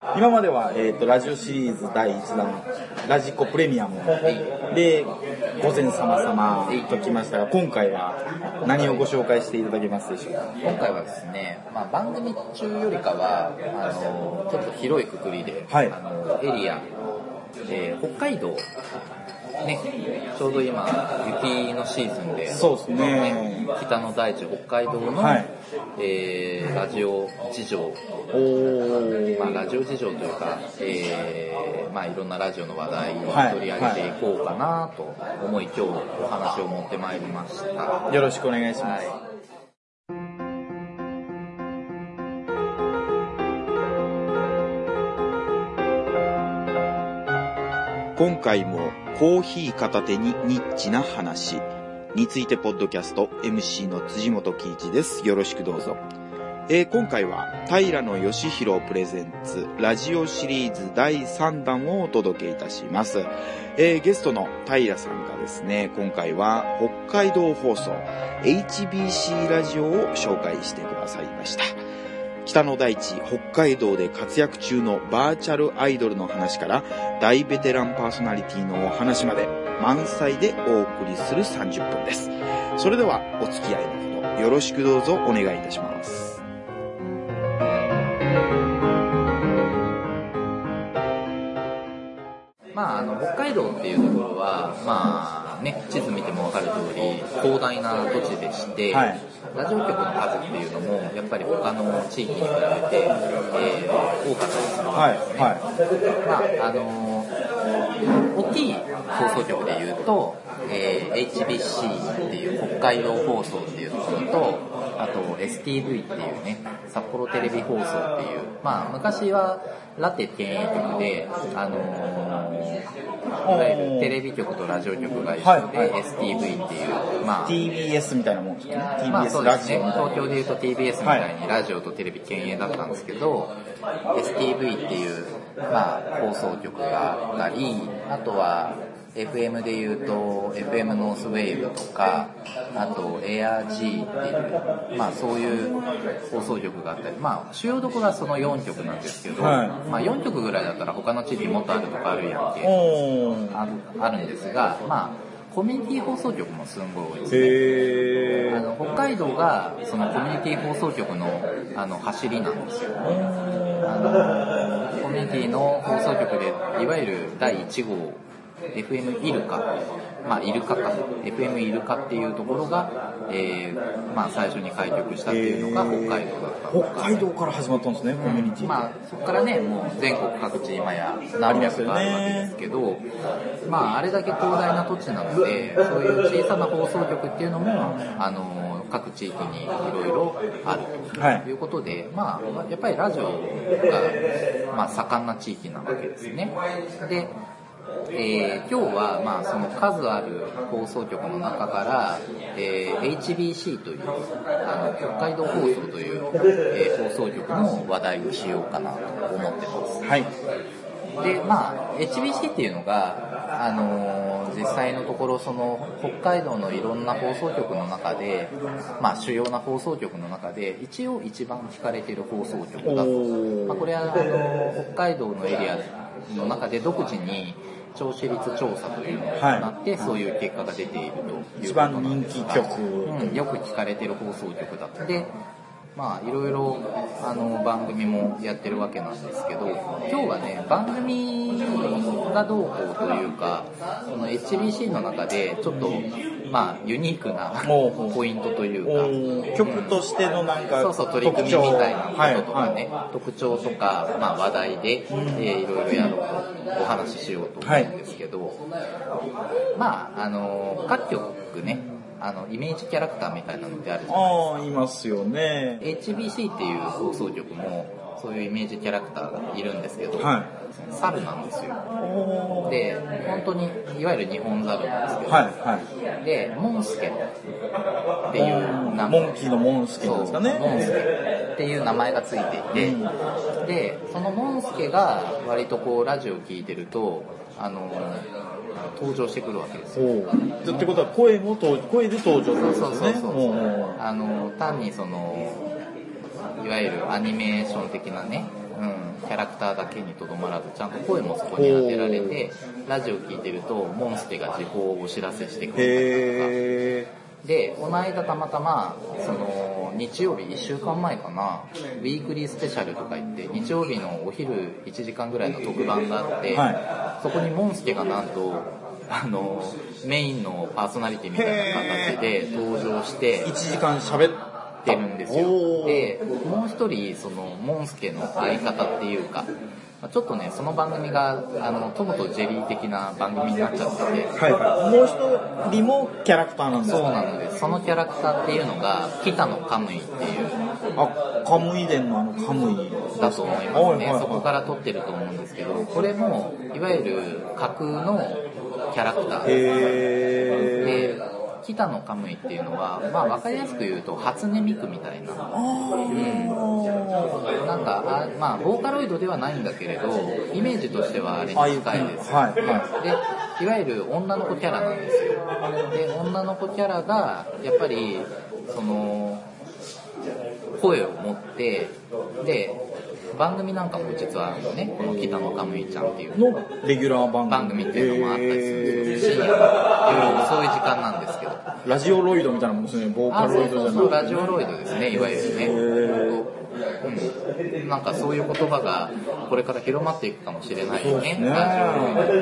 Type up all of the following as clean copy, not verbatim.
今までは、ラジオシリーズ第1弾ラジコプレミアムで午前様々ときましたが、今回は何をご紹介していただけますでしょうか。 今回はですね、番組中よりかはちょっと広い括りで、 はい、 エリア、北海道ね、ちょうど今雪のシーズンで、 そうですね、 北の大地北海道の、はい、ラジオ事情、ラジオ事情というか、いろんなラジオの話題を取り上げていこうかなと思い、今日お話を持ってまいりました。 よろしくお願いします。はい、今回もコーヒー片手にニッチな話についてポッドキャスト MC の辻本喜一です。よろしくどうぞ。今回は平野義弘プレゼンツラジオシリーズ第3弾をお届けいたします。ゲストの平さんがですね、今回は北海道放送 HBC ラジオを紹介してくださいました。北の大地北海道で活躍中のバーチャルアイドルの話から大ベテランパーソナリティのお話まで満載でお送りする30分です。それではお付き合いのほどよろしくどうぞお願いいたします。 北海道っていうところは地図見ても分かる通り広大な土地でして、はい、ラジオ局の数っていうのもやっぱり他の地域に比べて、多かったりするんですね。大きい放送局でいうと、HBC っていう北海道放送っていうところと、あと STV っていうね、札幌テレビ放送っていう、昔はラテ県営局で、いわゆるテレビ局とラジオ局が一緒で、STV っていう、 TBS みたいなもんですね。 そうですね。東京でいうと TBS みたいにラジオとテレビ県営だったんですけど、STV っていう、放送局があったり、あとはFM でいうと FM ノースウェーブとか、あと ARG っていう、そういう放送局があったり、主要どころはその4局なんですけど、4局ぐらいだったら他の地域もっとあるとかあるやんけ、あるんですが、コミュニティ放送局もすんごい多いですね。北海道がそのコミュニティ放送局の走りなんですよ。コミュニティの放送局でいわゆる第1号FM イルカ、FM イルカっていうところが、最初に開局したっていうのが北海道だった。 北海道から始まったんですね、コミュニティ。 そこからね、もう全国各地今や何百かあるわけですけど、あれだけ広大な土地なので、そういう小さな放送局っていうのも、各地域にいろいろあるということで、やっぱりラジオが、盛んな地域なわけですね。で、今日はその数ある放送局の中から、HBC という北海道放送という、放送局の話題をしようかなと思ってます。 はい。 で、HBC っていうのが実際のところその北海道のいろんな放送局の中で、主要な放送局の中で一応一番聞かれている放送局だと。これは北海道のエリアの中で独自に聴取率調査というのを行って、そういう結果が出ているということなんですが、 一番人気曲、 よく聞かれている放送局だって、いろいろ番組もやってるわけなんですけど、今日はね、番組がどうこうというか、その HBC の中でちょっとユニークなポイントというか、 曲としての取り組みみたいなこととかね、特徴とか、話題で、いろいろやろうとお話ししようと思うんですけど、各局ね、イメージキャラクターみたいなのってあるじゃないですか。 いますよね。 HBC っていう放送局もそういうイメージキャラクターがいるんですけど、猿なんですよ。で、本当にいわゆる日本猿なんですけど、で、モンスケっていう名前、 モンキーのモンスケですかね。 モンスケっていう名前がついていて、で、そのモンスケが割とラジオを聞いてると、登場してくるわけですよ。 ってことは声で登場するんですね。 単にそのいわゆるアニメーション的なね、キャラクターだけにとどまらずちゃんと声もそこに当てられて、ラジオ聞いてるとモンスケが時報をお知らせしてくれたりとかで、この間たまたまその日曜日1週間前かな、ウィークリースペシャルとか言って日曜日のお昼1時間ぐらいの特番があって、そこにモンスケがなんとメインのパーソナリティみたいな形で登場して 1時間喋ってるんですよ。で、もう一人そのモンスケの相方っていうか、ちょっとね、その番組がトムとジェリー的な番組になっちゃってて、 もう一人もキャラクターなんですか？ そうなので、そのキャラクターっていうのが北野カムイっていう、 カムイ伝のカムイだと思いますね。そこから撮ってると思うんですけど、これもいわゆる架空のキャラクターで、北野カムイっていうのは、まあ分かりやすく言うと初音ミクみたいな、なんかまあボーカロイドではないんだけれど、イメージとしてはあれに近いです。で、いわゆる女の子キャラなんですよ。で、女の子キャラがやっぱりその声を持って、で番組なんかも実はね、この北野カムイちゃんっていうのレギュラー番組っていうのもあったりするんですよ。深夜夜遅い時間なんですけど、 ラジオロイドみたいなもんですね。ボーカロイドじゃなくて、 そうラジオロイドですね、いわゆるね。なんかそういう言葉がこれから広まっていくかもしれないよね。ラジオロイドって。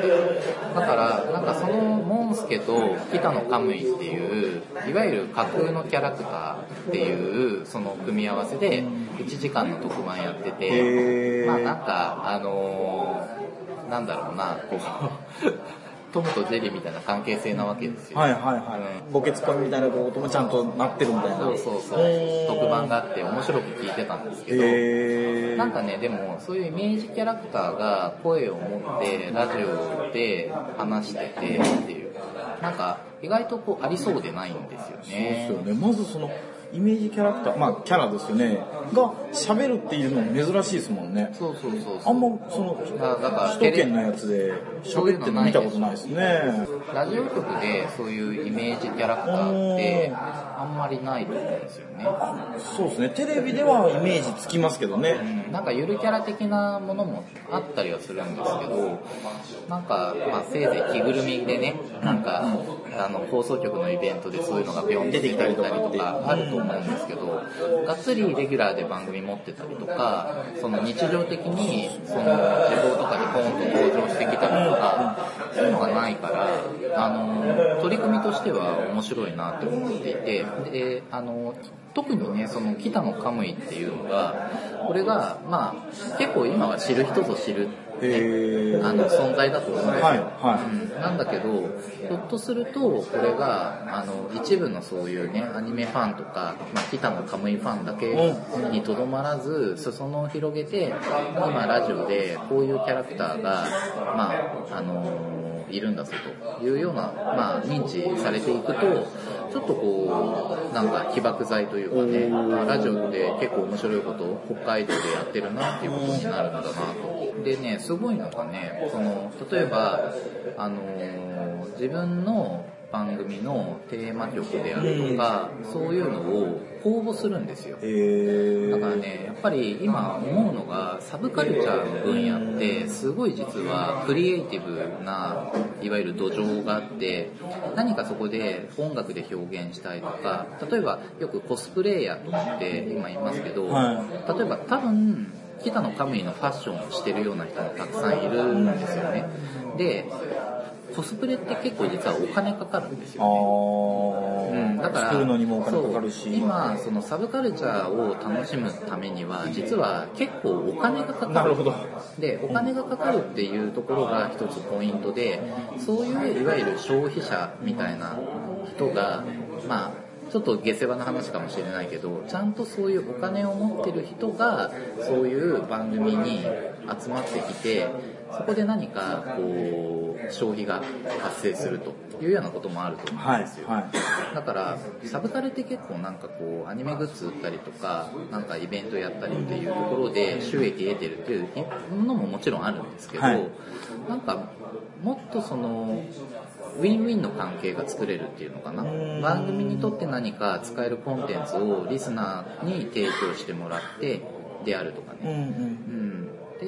だからなんかそのモンスケと北野カムイっていういわゆる架空のキャラクターっていうその組み合わせで1時間の特番やってて、まあなんかなんだろうな、こうトムとジェリーみたいな関係性なわけですよ。 ボケツッコミみたいなこともちゃんとなってるみたいな。 そう特番があって面白く聞いてたんですけど、なんかね、でもそういうイメージキャラクターが声を持ってラジオで話しててっていう、なんか意外とこうありそうでないんですよね。 そうですよね。まずそのイメージキャラクター、まあキャラですよね、が喋るっていうのも珍しいですもんね。 そうあんまその首都圏のやつで喋ってるの見たことないですね。 ラジオ局でそういうイメージキャラクターってあんまりないと思うんですよね。 そうですね。テレビではイメージつきますけどね。 なんかゆるキャラ的なものもあったりはするんですけど、なんかまあせいぜい着ぐるみでね、なんか放送局のイベントでそういうのがビョンって出てきたりとかあると思うんですけど、がっつりレギュラーで番組持ってたりとか、その日常的にその時報とかでポンと登場してきたりとか、そういうのがないから、取り組みとしては面白いなって思っていて、で特にね、その北野カムイっていうのが、これがまあ結構今は知る人ぞ知る存在だと思うんですよ。なんだけど、ひょっとするとこれが一部のそういうねアニメファンとか、まあ、北野カムイファンだけにとどまらず裾野を広げて、今ラジオでこういうキャラクターがまあいるんだぞというような、まあ、認知されていくと、ちょっとこうなんか起爆剤というかね、まあ、ラジオって結構面白いことを北海道でやってるなっていうことになるんだなと。でね、すごいのがね、その例えば自分の番組のテーマ曲であるとか、そういうのを公募するんですよ。だからね、やっぱり今思うのが、サブカルチャーの分野ってすごい実はクリエイティブないわゆる土壌があって、何かそこで音楽で表現したいとか、例えばよくコスプレイヤーとかって今言いますけど、例えば多分北野カムイのファッションをしてるような人もたくさんいるんですよね。でコスプレって結構実はお金かかるんですよね。だから作るのにもお金かかるし、 今そのサブカルチャーを楽しむためには実は結構お金がかかる。 なるほど。 でお金がかかるっていうところが一つポイントで、そういういわゆる消費者みたいな人がまあちょっと下世話な話かもしれないけど、ちゃんとそういうお金を持ってる人がそういう番組に集まってきて、そこで何かこう消費が発生するというようなこともあると思うんですよ。だからサブカルって結構なんかこうアニメグッズ売ったりとか、なんかイベントやったりっていうところで収益得てるっていうのももちろんあるんですけど、なんかもっとそのウィンウィンの関係が作れるっていうのかな。番組にとって何か使えるコンテンツをリスナーに提供してもらってであるとかね。で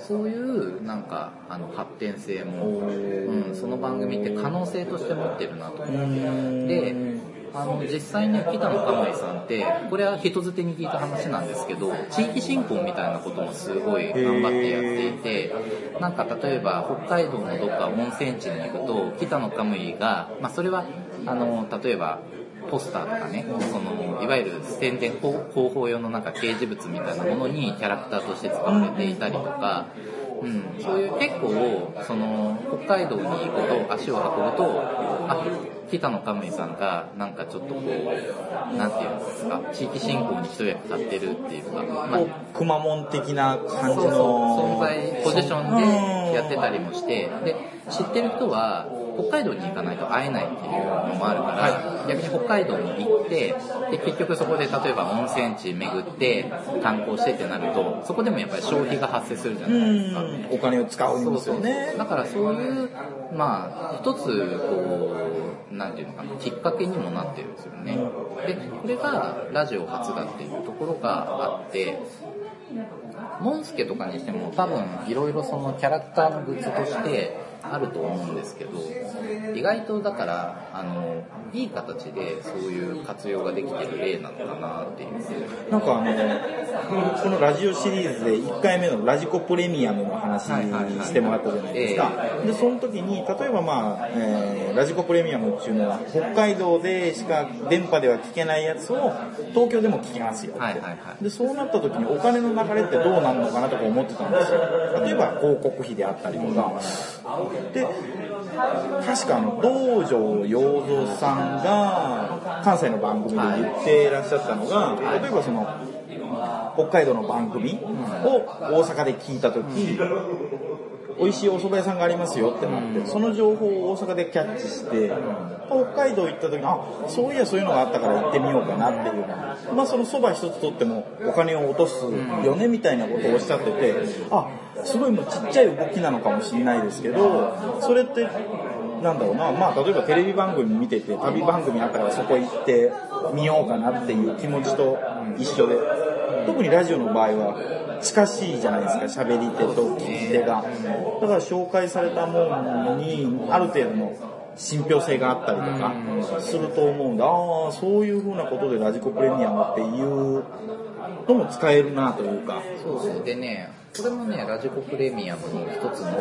そういうなんか発展性も、その番組って可能性として持ってるなと思って。で実際に北野カムイさんってこれは人づてに聞いた話なんですけど、地域振興みたいなこともすごい頑張ってやっていて、なんか例えば北海道のどっか温泉地に行くと北野カムイが、それは例えばポスターとかね、いわゆる宣伝広報用のなんか掲示物みたいなものにキャラクターとして使われていたりとか、そういう結構北海道に行くと足を運ぶと北野カムイさんがなんかちょっとなんていうんですか、地域振興に一役買ってるっていうか、 くまモン的な感じの存在ポジションでやってたりもして、で知ってる人は北海道に行かないと会えないっていうのもあるから、逆に北海道に行ってで結局そこで例えば温泉地巡って観光してってなると、そこでもやっぱり消費が発生するじゃないですか。 お金を使うんですよね。 だからそういう一つなんていうのかな、きっかけにもなってるんですよね。でこれがラジオ初だっていうところがあって、モンスケとかにしても多分いろいろそのキャラクターのグッズとしてあると思うんですけど、意外とだからいい形でそういう活用ができてる例なのかなっていう。 なんかこのラジオシリーズで1回目のラジコプレミアムの話してもらったじゃないですか。でその時に例えばラジコプレミアムっていうのは北海道でしか電波では聞けないやつを東京でも聞けますよって、でそうなった時にお金の流れってどうなるのかなとか思ってたんですよ。例えば広告費であったりとかで、確か道場洋蔵さんが関西の番組で言ってらっしゃったのが、例えば北海道の番組を大阪で聞いた時、美味しいお蕎麦屋さんがありますよってなって、その情報を大阪でキャッチして、北海道行った時にそういやそういうのがあったから行ってみようかなっていう、その蕎麦一つとってもお金を落とすよねみたいなことをおっしゃってて、すごいもうちっちゃい動きなのかもしれないですけど、それってなんだろうな、例えばテレビ番組見てて旅番組あったからそこ行ってみようかなっていう気持ちと一緒で、特にラジオの場合は近しいじゃないですか、喋り手と聞き手が。だから紹介されたものにある程度の信憑性があったりとかすると思うんで、そういう風なことでラジコプレミアムっていうのも使えるなというか。 そうですね。でね、これもね、ラジコプレミアムの一つの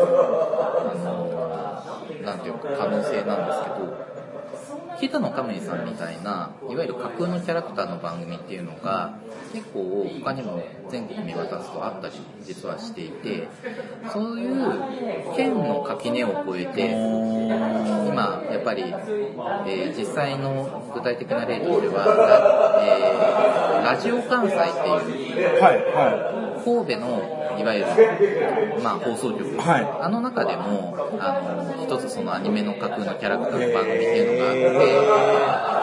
なんていうか可能性なんですけど、北野カムイさんみたいないわゆる架空のキャラクターの番組っていうのが結構他にも全国見渡すとあったり実はしていて、そういう県の垣根を越えて今やっぱり、実際の具体的な例としては、ラジオ関西っていう、神戸のいわゆる、放送局、中でも一つそのアニメの架空のキャラクターの番組っていうのがあって、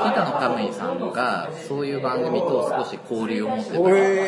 北野カムイさんがそういう番組と少し交流を持ってたりとか、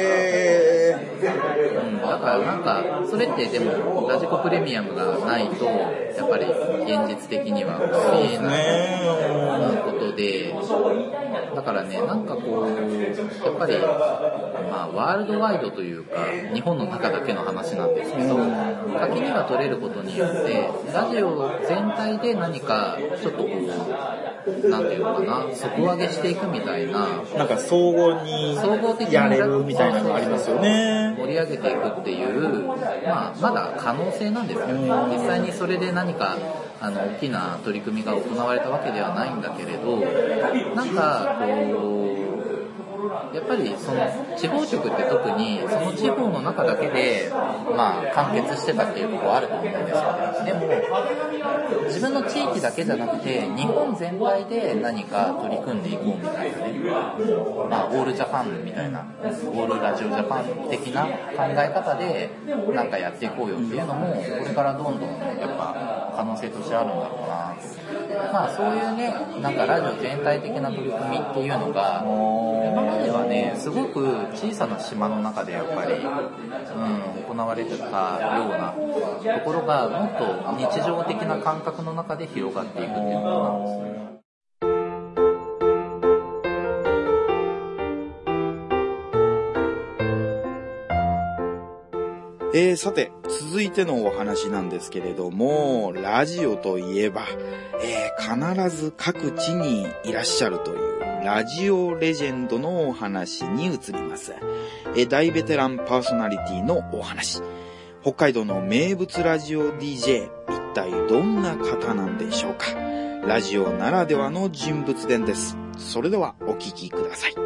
だからなんかそれってでもラジコプレミアムがないとやっぱり現実的には不見えなことで、だからね、なんかやっぱりワールドワイドというか日本の中だけの話なんですけど、垣根が取れることによってラジオ全体で何かちょっとなんていうのかな、底上げしていくみたいな、 なんか総合的にやれるみたいなのがありますよね。 盛り上げていくっていう、まだ可能性なんですよね。実際にそれで何か大きな取り組みが行われたわけではないんだけれど、なんかやっぱりその地方局って特にその地方の中だけで完結してたっていうところあると思うんですよ。でも自分の地域だけじゃなくて日本全体で何か取り組んでいこうみたいなね、オールジャパンみたいな、オールラジオジャパン的な考え方でなんかやっていこうよっていうのもこれからどんどんやっぱ可能性としてあるんだろうな。そういうね、なんかラジオ全体的な取り組みっていうのが今まではね、すごく小さな島の中でやっぱり、行われてたようなところがもっと日常的な感覚の中で広がっていくっていうのかな。 さて、続いてのお話なんですけれども、ラジオといえば、必ず各地にいらっしゃるというラジオレジェンドのお話に移ります。大ベテランパーソナリティのお話。北海道の名物ラジオ DJ、一体どんな方なんでしょうか。ラジオならではの人物伝です。それではお聞きください。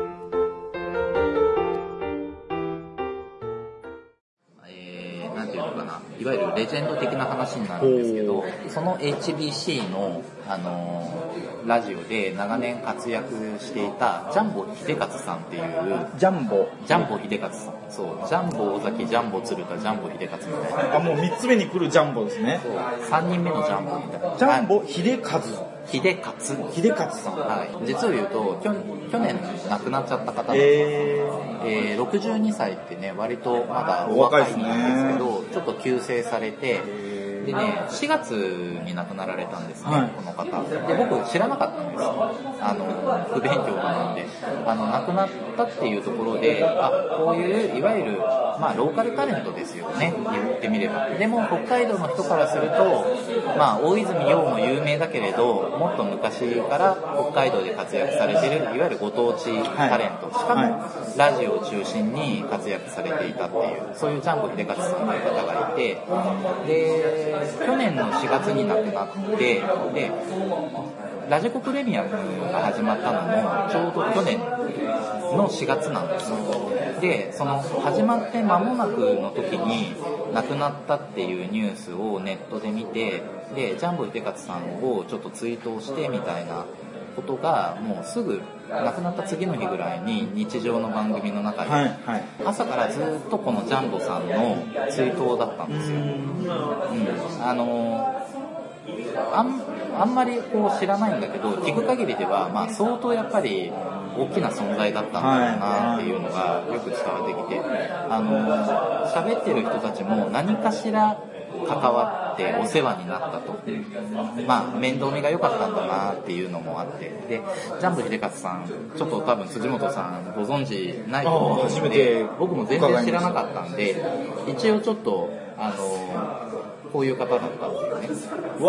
いわゆるレジェンド的な話になるんですけど、その HBC の、ラジオで長年活躍していたジャンボ秀勝さんっていうジャンボ秀勝さん、そう、ジャンボ尾崎、ジャンボ鶴田、ジャンボ秀勝みたいな。 もう3つ目に来るジャンボですね。 そう、3人目のジャンボみたいな。 ジャンボ秀勝さん。 はい。実を言うと、去年亡くなっちゃった方なんです。62歳ってね、割とまだお若いんですけど、ちょっと急逝されて、でね、4月に亡くなられたんですね、はい、この方。で、僕知らなかったんですよ。不勉強なんで。亡くなったっていうところで、こういう、いわゆる、まあ、ローカルタレントですよね、言ってみれば。でも、北海道の人からすると、まあ、大泉洋も有名だけれど、もっと昔から北海道で活躍されている、いわゆるご当地タレント。しかも、ラジオを中心に活躍されていたっていう、そういうジャンボ秀勝さんという方がいて、で、去年の4月に亡くなって、で、ラジコプレミアムが始まったのもちょうど去年の4月なんですよ。で、その始まって間もなくの時に亡くなったっていうニュースをネットで見て、で、ジャンボ秀勝さんをちょっとツイートをしてみたいなことがもうすぐ亡くなった次の日ぐらいに日常の番組の中で、朝からずっとこのジャンボさんのツイートだったんですよ。あんまりこう知らないんだけど、聞く限りでは、まあ、相当やっぱり大きな存在だったんだろうなっていうのがよく伝わってきて、喋ってる人たちも何かしら関わってお世話になったと、まあ面倒見が良かったんだなっていうのもあって、でジャンボ秀勝さん、ちょっと多分辻本さんご存知ないと思うので、僕も全然知らなかったんで、一応ちょっとこういう方だったっていうね。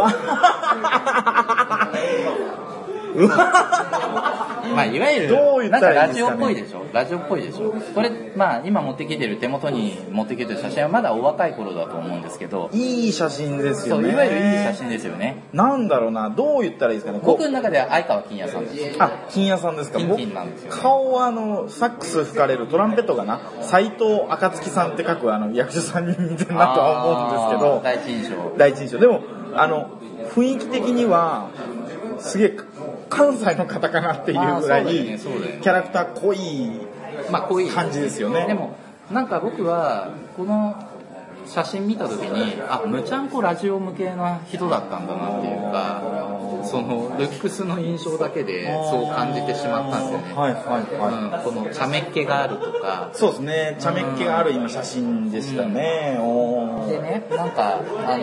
まあ、いわゆる、なんかラジオっぽいでしょ、ラジオっぽいでしょ。これ、まあ、今持ってきてる、手元に持ってきてる写真はまだお若い頃だと思うんですけど。 いい写真ですよね。 そう、いわゆるいい写真ですよね。 なんだろうな、どう言ったらいいですかね。 僕の中では相川金也さんです。 金也さんですか。 金なんですよ、ね。 顔はサックス吹かれるトランペットかな、斎藤暁さんって書く役者さんに似てるなとは思うんですけど。 第一印象。 でも、雰囲気的には、すげえ関西の方かなっていうぐらい、キャラクター濃い感じですよね。 でもなんか僕はこの写真見た時に、むちゃんこラジオ向けな人だったんだなっていうか、そのルックスの印象だけでそう感じてしまったんですよね。この茶目っ気があるとか。そうですね、茶目っ気がある今写真でしたね。でね、なんか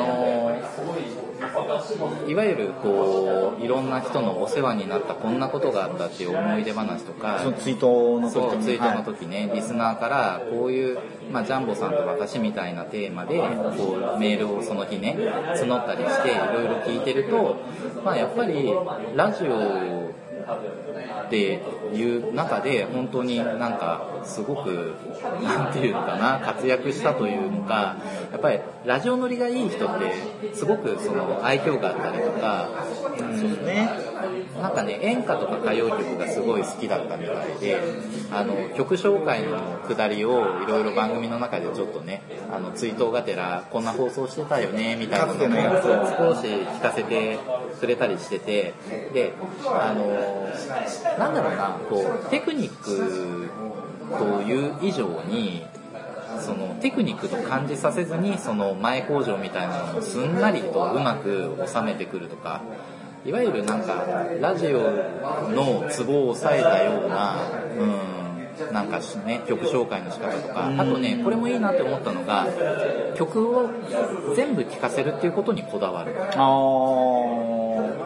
いわゆるこういろんな人のお世話になった、こんなことがあったっていう思い出話とか、そのツイートの時ね、リスナーからこういう、まあ、ジャンボさんと私みたいなテーマでこうメールをその日ね募ったりしていろいろ聞いてると、まあ、やっぱりラジオっていう中で本当になんかすごくなんていうのかな、活躍したというのか、やっぱりラジオ乗りがいい人ってすごくその愛嬌があったりとか、そうですね、なんかね、演歌とか歌謡曲がすごい好きだったみたいで、曲紹介のくだりをいろいろ番組の中でちょっとね、追悼がてらこんな放送してたよねみたいなのを少し聞かせてくれたりしてて、でなんだろうな、こうテクニックという以上にそのテクニックと感じさせずに、その前工場みたいなのをすんなりとうまく収めてくるとか、いわゆるなんかラジオのツボを押さえたような、なんかね、曲紹介の仕方とか、あとね、これもいいなって思ったのが、曲を全部聴かせるっていうことにこだわる。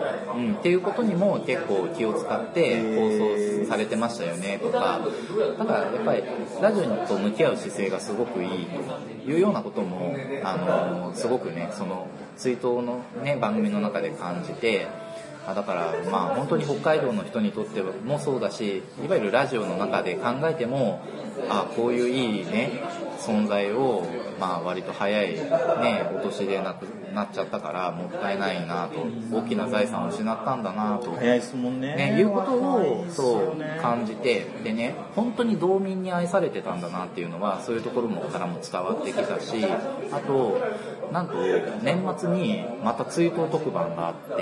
っていうことにも結構気を使って放送されてましたよねとか、だからやっぱりラジオと向き合う姿勢がすごくいいというようなこともすごくね、その追悼のね番組の中で感じて、だからまあ本当に北海道の人にとってもそうだし、いわゆるラジオの中で考えても、こういういいね存在をまあ割と早いねお年でなくなっちゃったからもったいないなと、大きな財産を失ったんだなと、 早いですもんね。 いうことをそう感じて、でね、本当に道民に愛されてたんだなっていうのはそういうところからも伝わってきたし、あとなんと年末にまた追悼特番があって、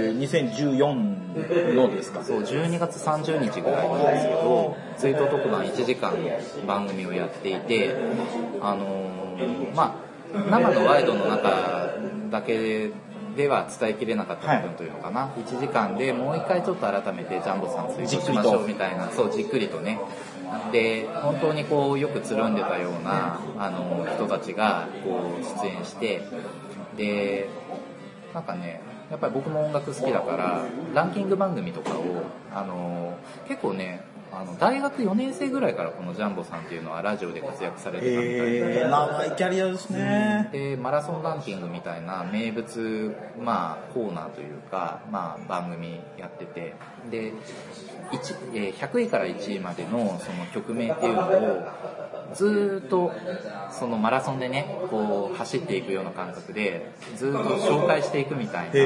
2014のですか？ そう12月30日ぐらいなんですけど、追悼特番1時間の番組をやっていて、まあ生のワイドの中だけでは伝えきれなかった部分というのかな、1時間でもう一回ちょっと改めてジャンボさん追悼しましょうみたいな、そうじっくりとね、で本当にこうよくつるんでたような人たちがこう出演して、でなんかね、やっぱり僕も音楽好きだからランキング番組とかを結構ね、大学4年生ぐらいからこのジャンボさんっていうのはラジオで活躍されてたみたいで、 長いキャリアですね。 でマラソンランキングみたいな名物、まあ、コーナーというか、まあ、番組やってて、で100位から1位までのその曲名っていうのをずっとそのマラソンでねこう走っていくような感覚でずっと紹介していくみたいな。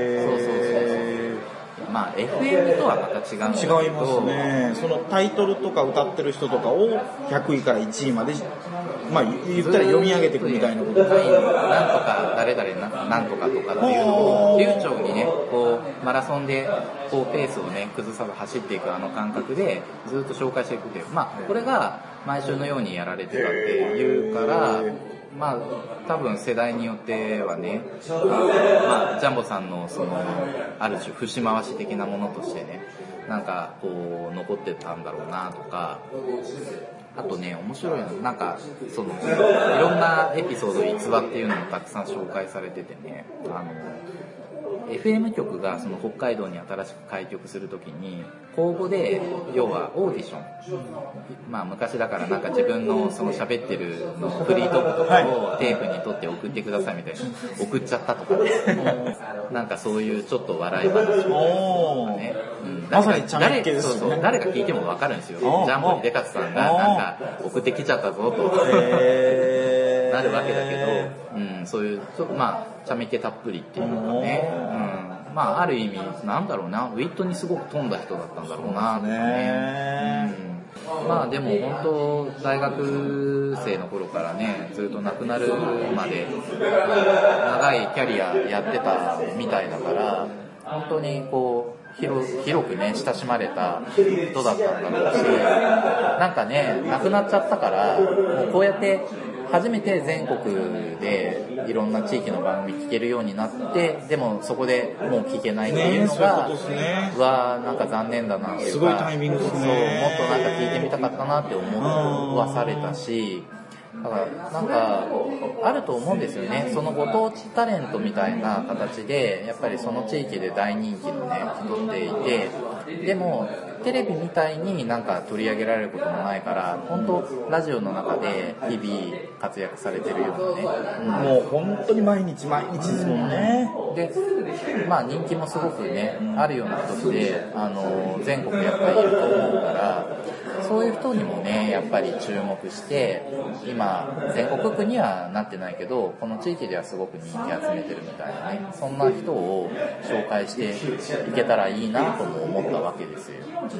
まあ FM とはまた違うんですけど、 違いますね。そのタイトルとか歌ってる人とかを100位から1位まで、まあ言ったら読み上げていくみたいなこと。 なんとか誰々なんとかとかっていうのを流暢にねこうマラソンでこうペースをね崩さず走っていく感覚でずっと紹介していくっていう、まあこれが毎週のようにやられてたっていうから、まあ多分世代によってはね、まあジャンボさんのそのある種節回し的なものとしてね、なんかこう残ってたんだろうなとか、あとね面白いのなんかそのいろんなエピソード逸話っていうのもたくさん紹介されててね、FM 局がその北海道に新しく開局するときに公募で要はオーディション、まあ昔だからなんか自分のその喋ってるのフリートークとかをテープに取って送ってくださいみたいな、送っちゃったとかねなんかそういうちょっと笑い話とかね、 まさにちゃめっ気ですよね。 誰か聞いても分かるんですよ。ジャンボ秀勝さんがなんか送ってきちゃったぞとなるわけだけど、そういうちょっとまあちゃめっ気たっぷりっていうのかね、まあある意味なんだろうな、ウィットにすごく富んだ人だったんだろうなとかね。まあでも本当大学生の頃からねずっと亡くなるまで長いキャリアやってたみたいだから、本当にこう広くね親しまれた人だったんだろうし、なんかね亡くなっちゃったからもうこうやって初めて全国でいろんな地域の番組聞けるようになって、でもそこでもう聞けないっていうのが、なんか残念だなっていうか、 すごいタイミングですね。 そう、もっとなんか聞いてみたかったなって思わされたし、だからなんかあると思うんですよね。そのご当地タレントみたいな形でやっぱりその地域で大人気のね人っていて、でもテレビみたいになんか取り上げられることもないから、本当ラジオの中で日々活躍されてるようなね、 もう本当に毎日ですもんね。 で、まあ人気もすごくねあるような人で全国やっぱりいると思うから、そういう人にもねやっぱり注目して、今全国区にはなってないけどこの地域ではすごく人気集めてるみたいなね、そんな人を紹介していけたらいいなとも思ったわけですよ。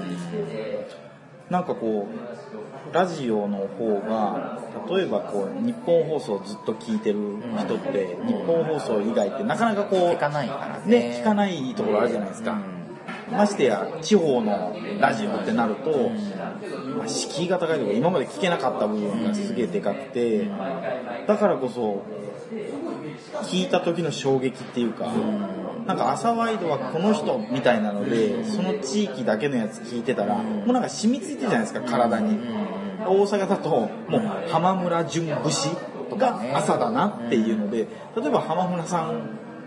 なんかこうラジオの方が例えばこう日本放送をずっと聞いてる人って、日本放送以外ってなかなかこう聞かないからね、 聞かないところあるじゃないですか。ましてや地方のラジオってなると、敷居が高いとか今まで聞けなかった部分がすげえでかくて、だからこそ聞いた時の衝撃っていうか、なんか朝ワイドはこの人みたいなのでその地域だけのやつ聞いてたらもうなんか染みついてるじゃないですか、体に。大阪だともう浜村淳節が朝だなっていうので、例えば浜村さん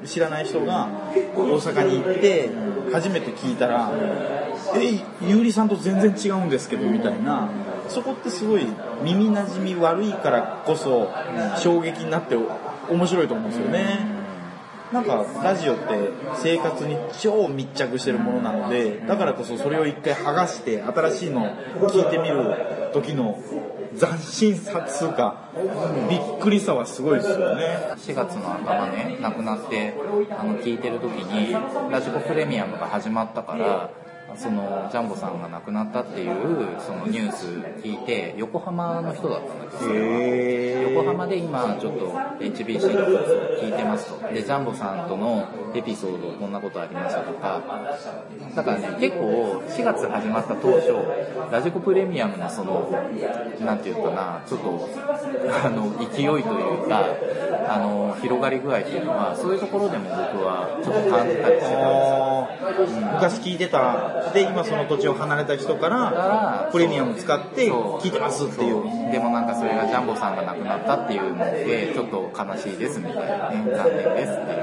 知らない人が大阪に行って初めて聞いたらゆうりさんと全然違うんですけどみたいな、そこってすごい耳なじみ悪いからこそ衝撃になって面白いと思うんですよね。なんかラジオって生活に超密着してるものなので、だからこそそれを一回剥がして新しいのを聞いてみる時の斬新さつうかびっくりさはすごいですよね。 4月の頭ね、亡くなって聞いてる時にラジコプレミアムが始まったから、そのジャンボさんが亡くなったっていうそのニュース聞いて、横浜の人だったんですよ。横浜で今ちょっと HBC の放送聞いてますと。でジャンボさんとのエピソードこんなことありましたとか、だからね、結構4月始まった当初ラジコプレミアムのそのなんていうかな、ちょっと勢いというか広がり具合っていうのは、そういうところでも僕はちょっと感じたりしてたんですよ。 昔聞いてたで、今その土地を離れた人からプレミアム使って聞いてますっていう。 でもなんかそれがジャンボさんが亡くなったっていうのでちょっと悲しいですみたいなね、残念ですっていう。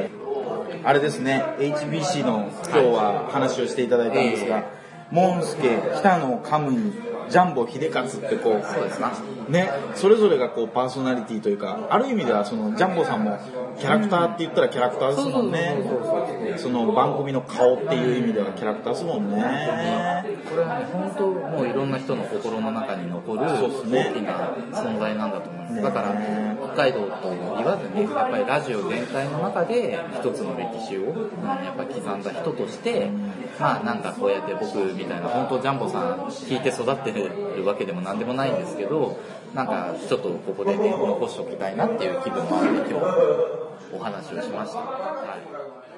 あれですね、 HBC の今日は話をしていただいたんですが、モンスケ、北野カムイ、ジャンボ秀勝ってこう、 そうですかね、それぞれがこうパーソナリティというか、ある意味ではそのジャンボさんもキャラクターって言ったらキャラクターですもんね。その番組の顔っていう意味ではキャラクターですもんね。 これはね、本当もういろんな人の心の中に残る大きな存在なんだと思います。だから北海道と言わずに、やっぱりラジオ全体の中で一つの歴史をやっぱり刻んだ人として、まあなんかこうやって僕みたいな本当ジャンボさん聞いて育ってるわけでもなんでもないんですけど、なんかちょっとここでね残しておきたいなっていう気分もあって今日お話をしました。はい。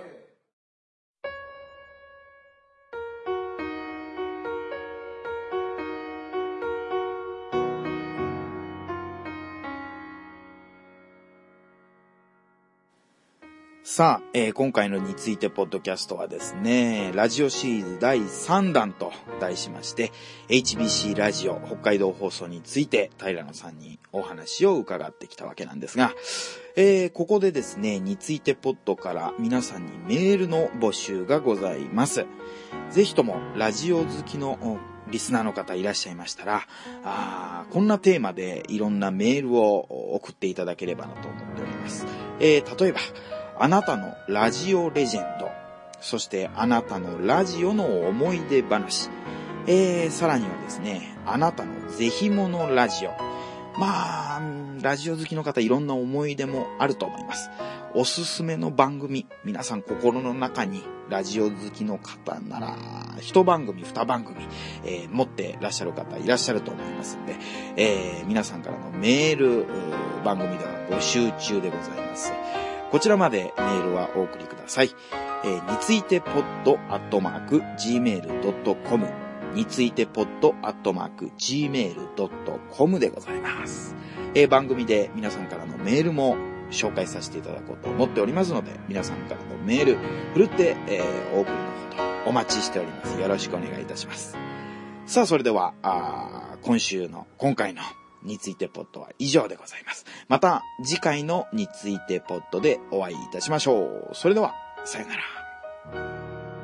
さあ、今回のについてポッドキャストはですね、ラジオシリーズ第3弾と題しまして、HBC ラジオ北海道放送について平野さんにお話を伺ってきたわけなんですが、ここでですね、についてポッドから皆さんにメールの募集がございます。ぜひともラジオ好きのリスナーの方いらっしゃいましたら、こんなテーマでいろんなメールを送っていただければなと思っております。例えば、あなたのラジオレジェンド、そしてあなたのラジオの思い出話、さらにはですね、あなたのぜひものラジオ。まあ、ラジオ好きの方いろんな思い出もあると思います。おすすめの番組、皆さん心の中にラジオ好きの方なら一番組二番組、持ってらっしゃる方いらっしゃると思いますので、皆さんからのメール番組では募集中でございます。こちらまでメールはお送りください。についてpod@gmail.com についてpod@gmail.com でございます。番組で皆さんからのメールも紹介させていただこうと思っておりますので、皆さんからのメールふるって、お送りのほどお待ちしております。よろしくお願いいたします。さあ、それでは今回のについてポッドは以上でございます。また次回のについてポッドでお会いいたしましょう。それではさよなら。